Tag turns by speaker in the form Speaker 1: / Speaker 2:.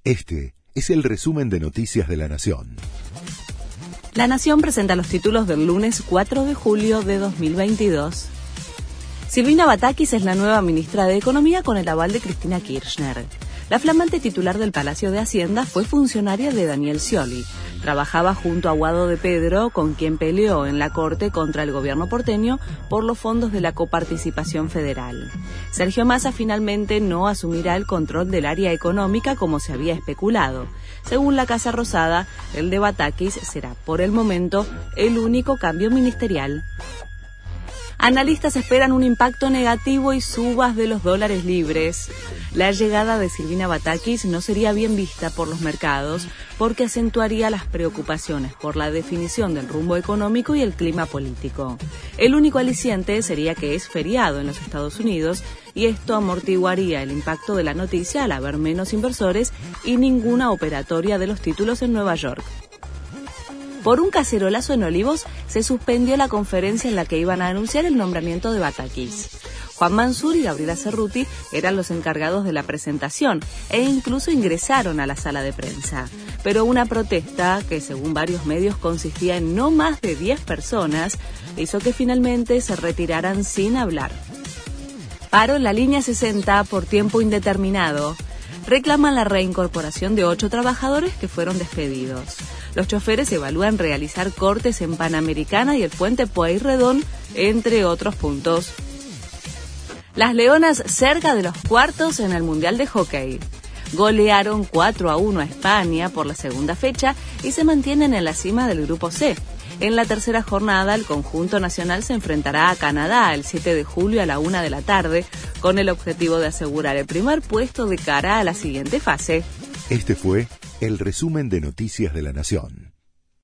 Speaker 1: Este es el resumen de Noticias de la Nación.
Speaker 2: La Nación presenta los títulos del lunes 4 de julio de 2022. Silvina Batakis es la nueva ministra de Economía con el aval de Cristina Kirchner. La flamante titular del Palacio de Hacienda fue funcionaria de Daniel Scioli. Trabajaba junto a Guado de Pedro, con quien peleó en la Corte contra el gobierno porteño por los fondos de la coparticipación federal. Sergio Massa finalmente no asumirá el control del área económica como se había especulado. Según la Casa Rosada, el de Batakis será, por el momento, el único cambio ministerial. Analistas esperan un impacto negativo y subas de los dólares libres. La llegada de Silvina Batakis no sería bien vista por los mercados porque acentuaría las preocupaciones por la definición del rumbo económico y el clima político. El único aliciente sería que es feriado en los Estados Unidos y esto amortiguaría el impacto de la noticia al haber menos inversores y ninguna operatoria de los títulos en Nueva York. Por un cacerolazo en Olivos, se suspendió la conferencia en la que iban a anunciar el nombramiento de Batakis. Juan Mansur y Gabriela Cerruti eran los encargados de la presentación e incluso ingresaron a la sala de prensa. Pero una protesta, que según varios medios consistía en no más de 10 personas, hizo que finalmente se retiraran sin hablar. Paro en la línea 60 por tiempo indeterminado. Reclaman la reincorporación de 8 trabajadores que fueron despedidos. Los choferes evalúan realizar cortes en Panamericana y el puente Pueyrredón, entre otros puntos. Las Leonas cerca de los cuartos en el Mundial de Hockey. Golearon 4-1 a España por la segunda fecha y se mantienen en la cima del Grupo C. En la tercera jornada, el conjunto nacional se enfrentará a Canadá el 7 de julio a la 1 de la tarde, con el objetivo de asegurar el primer puesto de cara a la siguiente fase.
Speaker 1: Este fue el resumen de Noticias de la Nación.